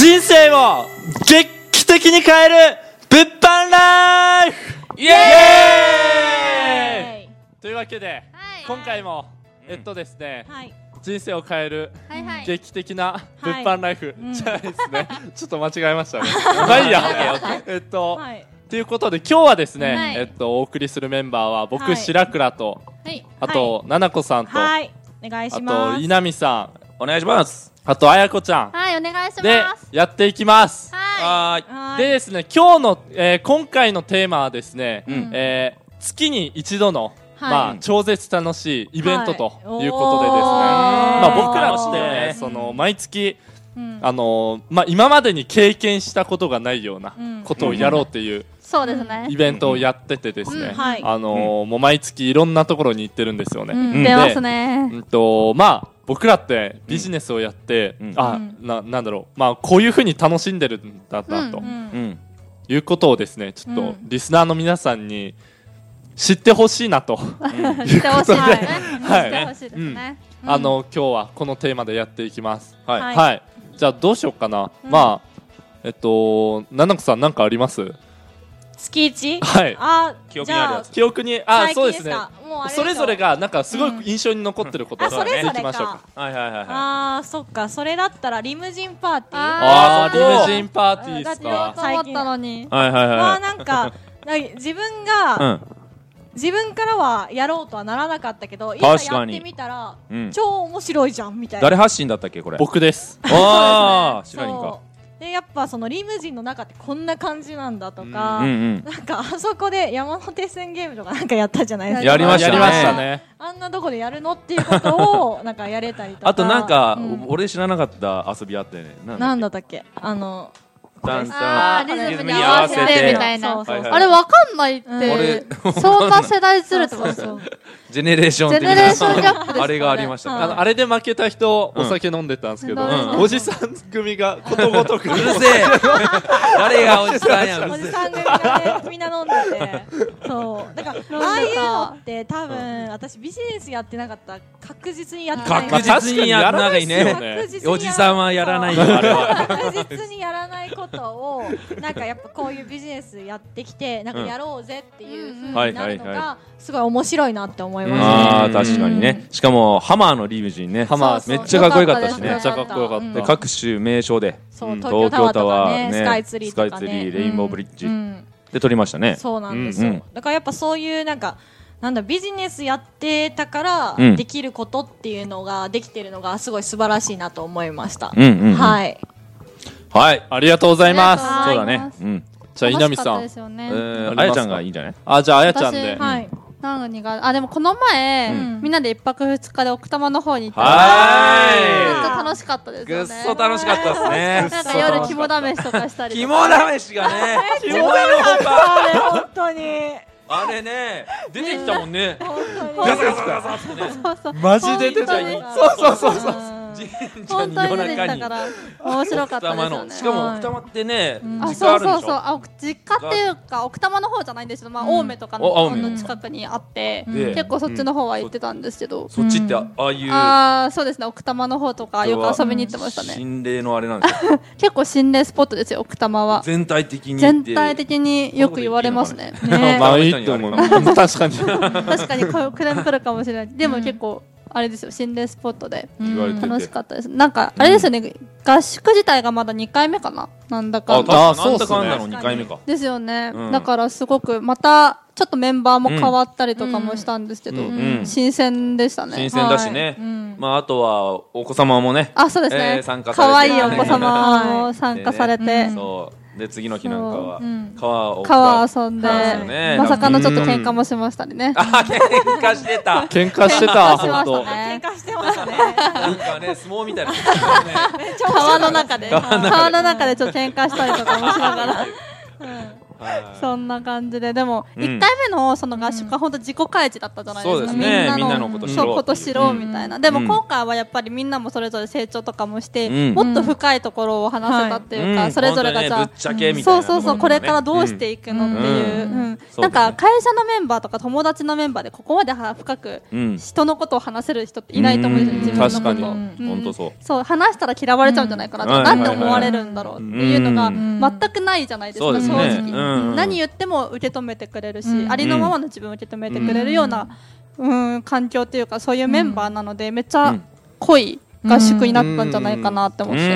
人生を劇的に変える物販ライフイエーイというわけで、はい、今回もですね、はい、人生を変える劇的な物販ライフ、じゃないですね、ちょっと間違えましたねまあいいやということで今日はですね、お送りするメンバーは僕、白倉と、あと、ななこさんと、お願いします。あと稲見さんお願いします。あとあやこちゃん、 はい、お願いします。 でやっていきます。 はい。 でですね、今日の、今回のテーマはですね、月に一度の、超絶楽しいイベントということでですね、僕らってその毎月、今までに経験したことがないようなことをやろうっていう、 そうですね、 イベントをやっててですね、もう毎月いろんなところに行ってるんですよね。 出ますね。 僕らってビジネスをやって、なんだろう、こういう風に楽しんでるんだなと、いうことをですね、ちょっとリスナーの皆さんに知ってほしいなということで、今日はこのテーマでやっていきます。はい。じゃあどうしようかな。ななこさんなんかあります？ 月一？ はい。 記憶にあるやつ。 記憶に、そうですね。それぞれがなんかすごい印象に残ってることをそれぞれか。そっか。それだったらリムジンパーティー。 リムジンパーティーですか。 最近ったのに。 なんか自分からはやろうとはならなかったけど、今やってみたら超面白いじゃんみたいな。 誰発信だったっけこれ？ 僕です。 知らんか。 でやっぱそのリムジンの中ってこんな感じなんだとか、なんかあそこで山手線ゲームとかなんかやったじゃないですか。 やりましたね。 あんなとこでやるのっていうことをなんかやれたりとか。 あとなんか俺知らなかった遊びあったよね。 なんだったっけ？ リズムに合わせてみたいな。あれわかんないって。そんな世代ずれてます。 ジェネレーション的なあれがありました。 あれで負けた人お酒飲んでたんですけど、おじさん組がことごとくうるせえ。誰がおじさんや。 おじさん組がみんな飲んでて、そうだからああいうのって多分私ビジネスやってなかったら確実にやってない。 確実にやらないね。おじさんはやらないよ。あれは確実にやらないことをなんかやっぱこういうビジネスやってきてなんかやろうぜっていう風になるのがすごい面白いなって思いますね。 確かにね。しかもハマーのリムジンね、めっちゃかっこよかったしね。 めっちゃかっこよかった。 各種名称で東京タワー、スカイツリーとかね、 レインボーブリッジで撮りましたね。 そうなんですよ。だからやっぱそういうなんかビジネスやってたからできることっていうのができてるのがすごい素晴らしいなと思いました。はいありがとうございます。 そうだね。 じゃあ稲見さん、 あやちゃんがいいんじゃない？ じゃああやちゃんで。 何がでもこの前みんなで1泊2日で奥多摩の方に行って、めっちゃ楽しかったですよね。 ぐっそ楽しかったですね。 なんか夜肝試しとかしたり。 肝試しがね。 肝試し本当に。 あれね、出てきたもんね。 マジで出てきた。そう。 本当に出てきたから面白かったですよね。 しかも奥多摩ってね、 そう実家っていうか奥多摩の方じゃないんですけど、青梅とかの近くにあって、結構そっちの方は行ってたんですけど。 そっちってああいう。 そうですね、奥多摩の方とかよく遊びに行ってましたね。 心霊のあれなんですか？ 結構心霊スポットですよ、奥多摩は。 全体的によく言われますね。 いいと思う。確かにクレーム来るかもしれない。でも結構あれですよ、心霊スポットで楽しかったです。なんかあれですよね、合宿自体がまだ2回目かな、なんだかんだ。 そうですね。2回目か。 ですよね。だからすごくまたちょっとメンバーも変わったりとかもしたんですけど、新鮮でしたね。 新鮮だしね。あとはお子様もね。 そうですね。 参加されて。 可愛いお子様も参加されて。 で次の日なんかは川遊んで、まさかのちょっと喧嘩もしましたりね。 喧嘩してた。 本当。 喧嘩してましたね。 なんかね、相撲みたいな。 川の中でちょっと喧嘩したりとかもしながら。 そんな感じで、でも1回目のその合宿は本当自己開示だったじゃないですか。 そうですね、みんなのこと知ろうみたいな。でも今回はやっぱりみんなもそれぞれ成長とかもしてもっと深いところを話せたっていうか、それぞれがじゃあそうこれからどうしていくのっていう、なんか会社のメンバーとか友達のメンバーでここまで深く人のことを話せる人っていないと思うんですよ、自分のこと。 確かに本当そう話したら嫌われちゃうんじゃないかなとか、なんで思われるんだろうっていうのが全くないじゃないですか、正直。何言っても受け止めてくれるし、ありのままの自分を受け止めてくれるような環境っていうか、そういうメンバーなのでめっちゃ濃い合宿になったんじゃないかなって思って、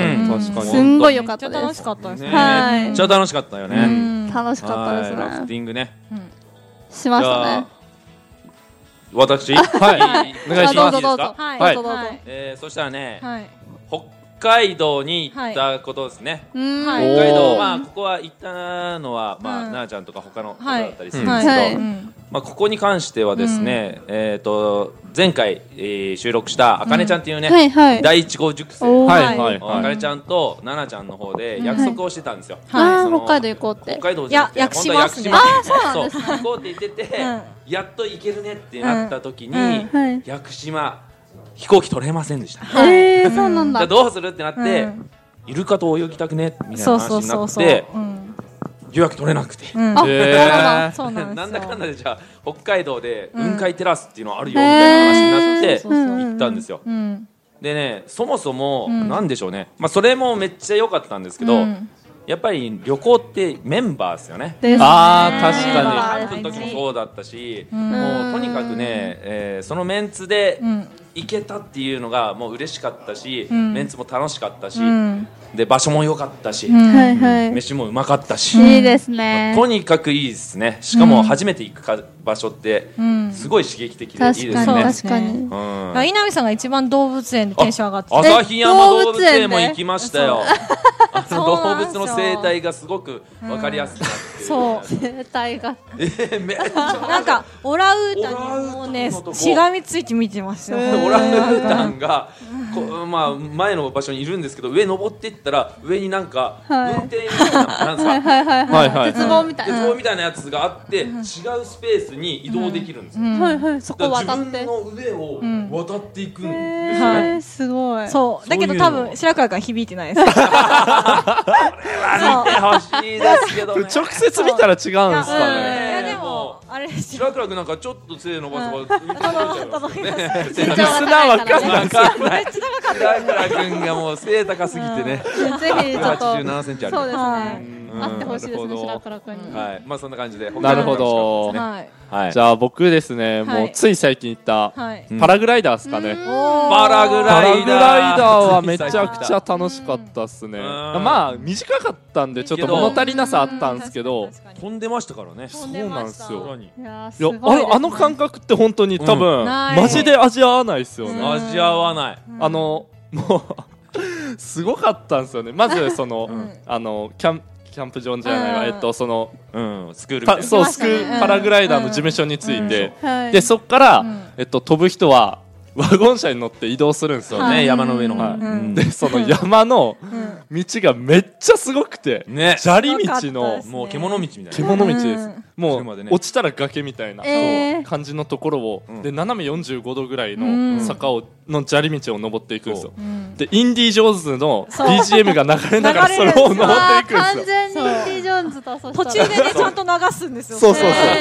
すんごい良かったです。 楽しかったですね。 めっちゃ楽しかったよね。 楽しかったですね。 ラフティングねしましたね。 私はいお願いします。 どうぞ。 そしたらね、北海道に行ったことですね。北海道、ここは行ったのは奈々ちゃんとか他の方だったりするんですけど、ここに関してはですね、前回収録したあかねちゃんっていうね、第1号塾生あかねちゃんと奈々ちゃんの方で約束をしてたんですよ。 北海道行こうって。 北海道じゃなくて屋久島ですね。 そう行こうって言ってて、やっと行けるねってなった時に屋久島飛行機取れませんでした。 そうなんだ。 じゃあどうするってなって、イルカと泳ぎたくねみたいな話になって、予約取れなくて、なんだかんだでじゃあ北海道で雲海テラスっていうのあるよみたいな話になって行ったんですよ。でね、そもそもなんでしょうね、それもめっちゃ良かったんですけど、やっぱり旅行ってメンバーですよね。 確かにキャンプの時もそうだったし、もうとにかくね、そのメンツで行けたっていうのがもう嬉しかったし、メンツも楽しかったし、で場所も良かったし、飯もうまかったし、 いいですね。 とにかくいいですね。しかも初めて行く場所ってすごい刺激的でいいですね。 確かに。 稲見さんが一番動物園でテンション上がって、 旭山動物園も行きましたよ。動物の生態がすごく分かりやすくなって。 そう生態がなんかオランウータンにもうねしがみついて見てましたよ。 オランウータンが前の場所にいるんですけど、上登っていったら上になんか運転みたいな鉄棒みたいなやつがあって、違うスペースに移動できるんですよ。 そこ渡って自分の上を渡っていくんですよね。 すごい。 そうだけど多分白川から響いてないです。これは見てほしいですけどね。 直接見たら違うんですかね。 いやでもあれ白川君なんかちょっと背伸ばせばリスナーわかんない。 白川君がもう背高すぎてね。 ぜひちょっと 87センチある。 そうですね。会ってほしいですね、白川君に。 はい、そんな感じで。 なるほど。じゃあ僕ですね、もうつい最近行ったパラグライダーですかね。 パラグライダーはめちゃくちゃ楽しかったっすね。短かったんでちょっと物足りなさあったんですけど、 飛んでましたからね。 そうなんですよ。あの感覚って本当に多分マジで味わわないですよね。 味わわない。 もうすごかったんですよね。まずそのキャンプ場じゃないわ、そのスクールパラグライダーの事務所に着いて、でそこから飛ぶ人はワゴン車に乗って移動するんですよね、 山の上の。 でその山の道がめっちゃすごくて、砂利道のもう獣道みたいな。 獣道です。もう落ちたら崖みたいな感じのところをで斜め45度ぐらいの坂の砂利道を登っていくんですよ。でインディ・ジョーンズの BGM が流れながらそれを登っていくんですよ。 完全にインディ・ジョーンズと途中でねちゃんと流すんですよ。 そう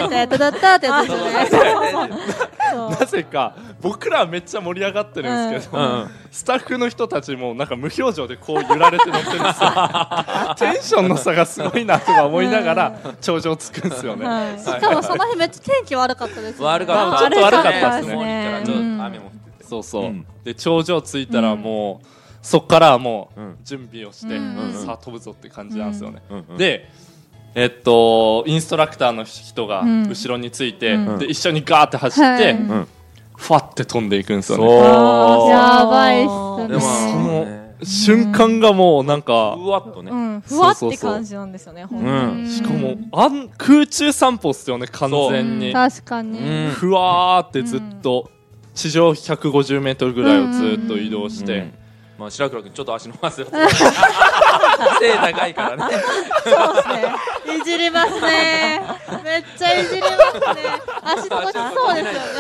なぜか僕らはめっちゃ盛り上がってるんですけど、スタッフの人たちもなんか無表情でこう揺られて乗ってるんですよ。テンションの差がすごいなとか思いながら頂上着くんですよね。 しかもその日めっちゃ天気悪かったです。 悪かった。 ちょっと悪かったですね。 雨も降ってて。 そうそう。で頂上着いたらもうそっからもう準備をしてさあ飛ぶぞって感じなんですよね。でインストラクターの人が後ろについてで一緒にガーって走ってファって飛んでいくんですよね。 やばいっすね。 でもその瞬間がもうなんかふわっとね、 ふわって感じなんですよね。 しかも空中散歩っすよね、完全に。 確かにふわーってずっと地上150メートルぐらいをずっと移動して、 まあ白倉君ちょっと足伸ばすよ背高いからねそうですねいじりますねめっちゃいじりますね足とかそうですよね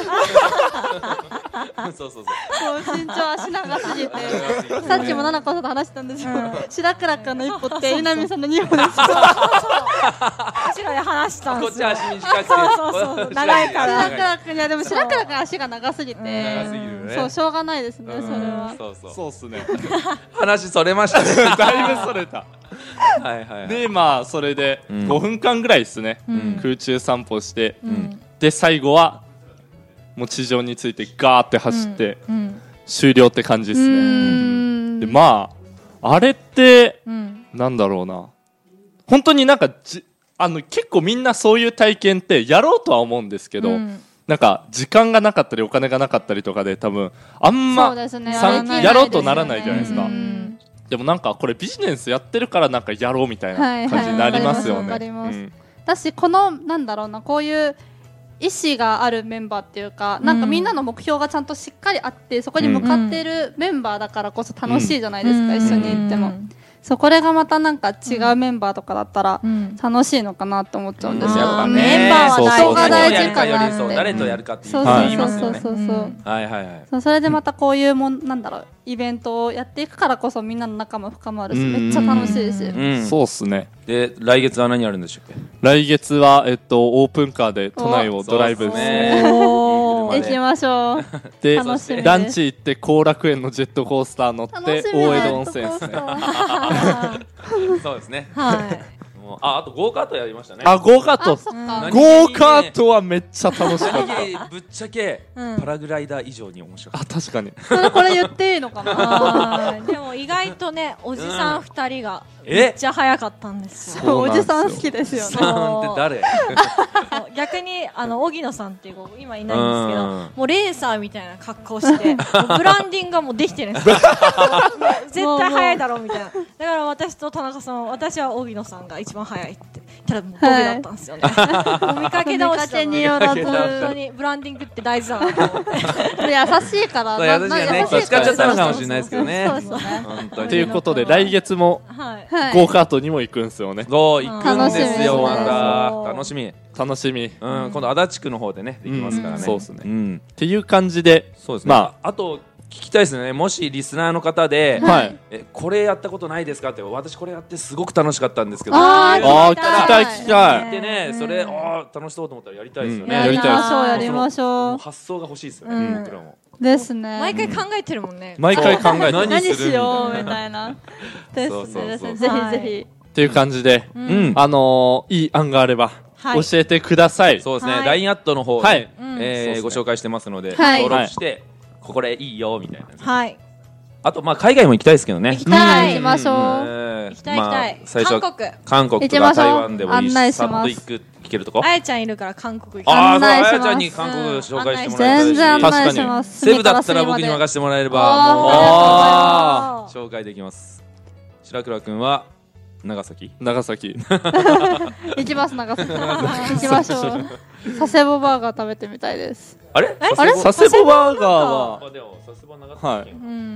そう身長足長すぎてさっきも奈々子さんと話してたんですよ白倉君の一歩ってゆなみさんの二歩です後ろで話したんですよこっち足短くてそう長いから白倉君いやでも白倉君足が長すぎてそうしょうがないですねそれはそうっすね話それましたねだいぶそれたでまあそれで5分間ぐらいですね空中散歩してで最後はもう地上についてガーって走って終了って感じですねでまああれってなんだろうな本当になんか結構みんなそういう体験ってやろうとは思うんですけどなんか時間がなかったりお金がなかったりとかで多分あんまやろうとならないじゃないですかでもなんかこれビジネスやってるからなんかやろうみたいな感じになりますよね私このなんだろうなこういう意思があるメンバーっていうかなんかみんなの目標がちゃんとしっかりあってそこに向かっているメンバーだからこそ楽しいじゃないですか一緒に行ってもこれがまたなんか違うメンバーとかだったら楽しいのかなと思っちゃうんですよメンバーは人が大事かなって誰とやるかって言いますよねそれでまたこういうなんだろうイベントをやっていくからこそみんなの仲も深まるしめっちゃ楽しいですそうっすねで来月は何やるんでしょうっけ来月はオープンカーで都内をドライブですね行きましょうでランチ行って後楽園のジェットコースター乗って大江戸温泉ですねそうですねはいあとゴーカートやりましたねゴーカートはめっちゃ楽しかったぶっちゃけパラグライダー以上に面白かった確かにこれ言っていいのかなでも意外とねおじさん2人がめっちゃ早かったんですよおじさん好きですよねおじさんって誰逆に荻野さんっていう子今いないんですけどもうレーサーみたいな格好してブランディングがもうできてるんですよ絶対早いだろうみたいなだから私と田中さん私は荻野さんが一番早いってただもうボケだったんですよね見かけ倒したのに本当にブランディングって大事だなと思って優しいから優しいね使っちゃったのかもしれないですけどねということで来月もゴーカートにも行くんですよね行くんですよまた楽しみ今度足立区の方でねできますからねそうですねっていう感じでまああと聞きたいですねもしリスナーの方でこれやったことないですかって私これやってすごく楽しかったんですけど聞きたいでねそれ楽しそうと思ったらやりたいですよねやりましょう発想が欲しいですよね僕らもですね毎回考えてるもんね毎回考えて何しようみたいなですねぜひぜひっていう感じでいい案があれば教えてくださいそうですね LINE アットの方ご紹介してますので登録してこれいいよみたいなあとまあ海外も行きたいですけどね行きましょう行きたい最初韓国とか台湾でもいいしさっと行けるとこあやちゃんいるから韓国行き案内しますあやちゃんに韓国紹介してもらえ全然案内しますセブだったら僕に任せてもらえれば紹介できます白倉君は長崎行きます長崎行きましょう佐世保バーガー食べてみたいですあれ佐世保バーガーはでも佐世保長崎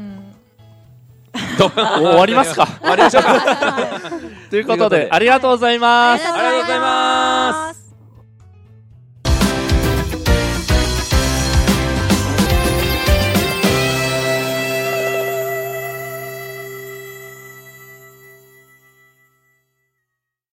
終わりますか終わりましょうかということでありがとうございますありがとうございます